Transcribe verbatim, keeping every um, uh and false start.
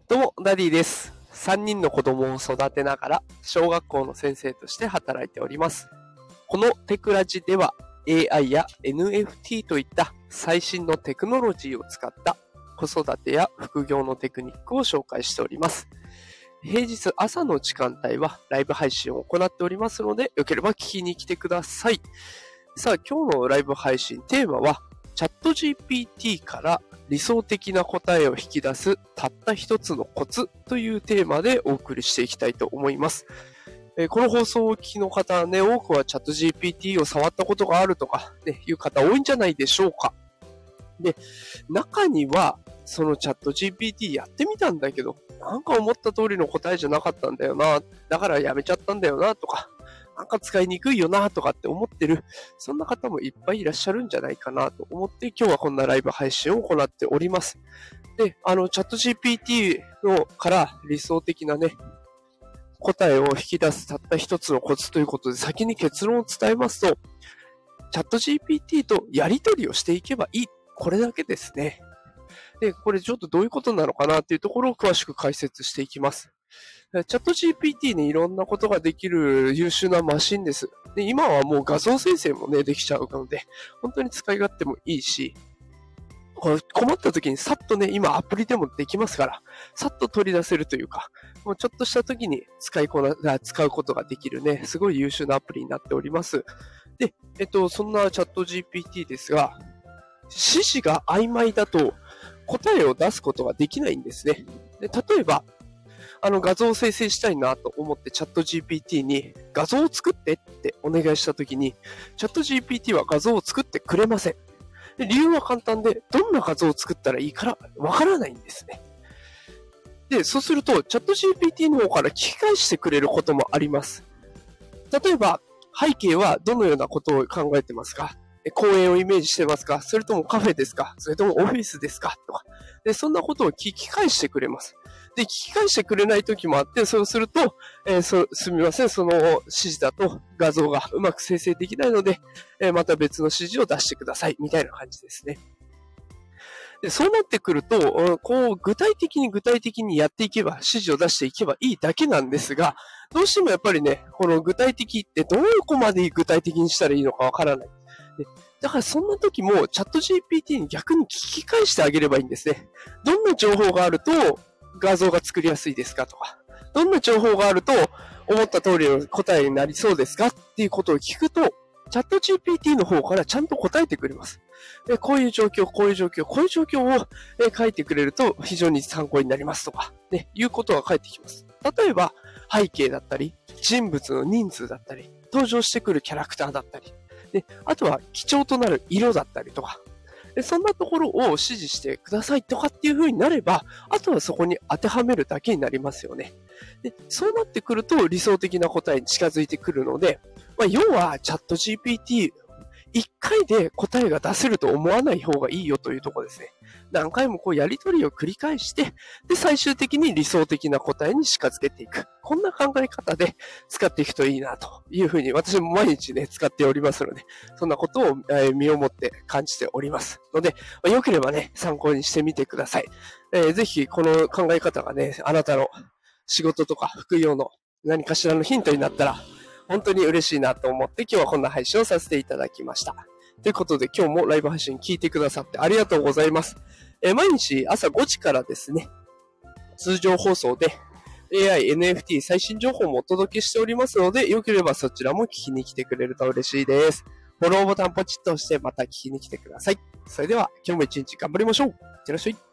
どうも、ダディです。さんにんの子供を育てながら、小学校の先生として働いております。このテクラジでは、エーアイ や エヌエフティー といった最新のテクノロジーを使った子育てや副業のテクニックを紹介しております。平日朝の時間帯はライブ配信を行っておりますので、よければ聞きに来てください。さあ、今日のライブ配信テーマは、チャット ジーピーティー から理想的な答えを引き出すたった一つのコツというテーマでお送りしていきたいと思います。えー、この放送をお聞きの方はね、多くはチャット ジーピーティー を触ったことがあるとか、ね、いう方多いんじゃないでしょうか。で、中にはそのチャット ジーピーティー やってみたんだけど、なんか思った通りの答えじゃなかったんだよな、だからやめちゃったんだよなとか、なんか使いにくいよなとかって思ってる、そんな方もいっぱいいらっしゃるんじゃないかなと思って、今日はこんなライブ配信を行っております。で、あの、チャット ジーピーティー のから理想的なね、答えを引き出すたった一つのコツということで、先に結論を伝えますと、チャット ジーピーティー とやり取りをしていけばいい。これだけですね。で、これちょっとどういうことなのかなっていうところを詳しく解説していきます。チャット ジーピーティー にいろんなことができる優秀なマシンです。で、今はもう画像生成もね、できちゃうので、本当に使い勝手もいいし、これ困った時にさっとね、今アプリでもできますから、さっと取り出せるというか、もうちょっとした時に使いこな、使うことができるね、すごい優秀なアプリになっております。で、えっと、そんなチャット ジーピーティー ですが、指示が曖昧だと答えを出すことができないんですね。で、例えば、あの画像を生成したいなと思ってチャット ジーピーティー に画像を作ってってお願いしたときに、チャット ジーピーティー は画像を作ってくれません。で、理由は簡単で、どんな画像を作ったらいいからわからないんですね。で、そうすると、チャット ジーピーティー の方から聞き返してくれることもあります。例えば、背景はどのようなことを考えてますか？公園をイメージしてますか？それともカフェですか？それともオフィスですか？とか。で、そんなことを聞き返してくれます。で、聞き返してくれない時もあって、そうすると、えー、そすみません、その指示だと画像がうまく生成できないので、えー、また別の指示を出してください、みたいな感じですね。で、そうなってくると、こう、具体的に具体的にやっていけば、指示を出していけばいいだけなんですが、どうしてもやっぱりね、この具体的ってどこまで具体的にしたらいいのかわからない。で、だからそんな時もチャット ジーピーティー に逆に聞き返してあげればいいんですね。どんな情報があると画像が作りやすいですかとか、どんな情報があると思った通りの答えになりそうですかっていうことを聞くと、チャット ジーピーティー の方からちゃんと答えてくれます。で、こういう状況、こういう状況、こういう状況を書いてくれると非常に参考になりますとか、ね、いうことが返ってきます。例えば、背景だったり、人物の人数だったり、登場してくるキャラクターだったり、で、あとは基調となる色だったりとか、でそんなところを指示してくださいとかっていう風になれば、あとはそこに当てはめるだけになりますよね。で、そうなってくると理想的な答えに近づいてくるので、まあ、要はチャット ジーピーティー、一回で答えが出せると思わない方がいいよというところですね。何回もこうやり取りを繰り返して、で、最終的に理想的な答えに近づけていく。こんな考え方で使っていくといいなというふうに私も毎日ね、使っておりますので、そんなことを身をもって感じておりますので、よければね、参考にしてみてください。えー、ぜひこの考え方がね、あなたの仕事とか副業の何かしらのヒントになったら、本当に嬉しいなと思って今日はこんな配信をさせていただきました。ということで今日もライブ配信聞いてくださってありがとうございます。えー、毎日朝ごじからですね、通常放送で エーアイ、エヌエフティー 最新情報もお届けしておりますので、よければそちらも聞きに来てくれると嬉しいです。フォローボタンポチッと押してまた聞きに来てください。それでは今日も一日頑張りましょう。いってらっしゃい。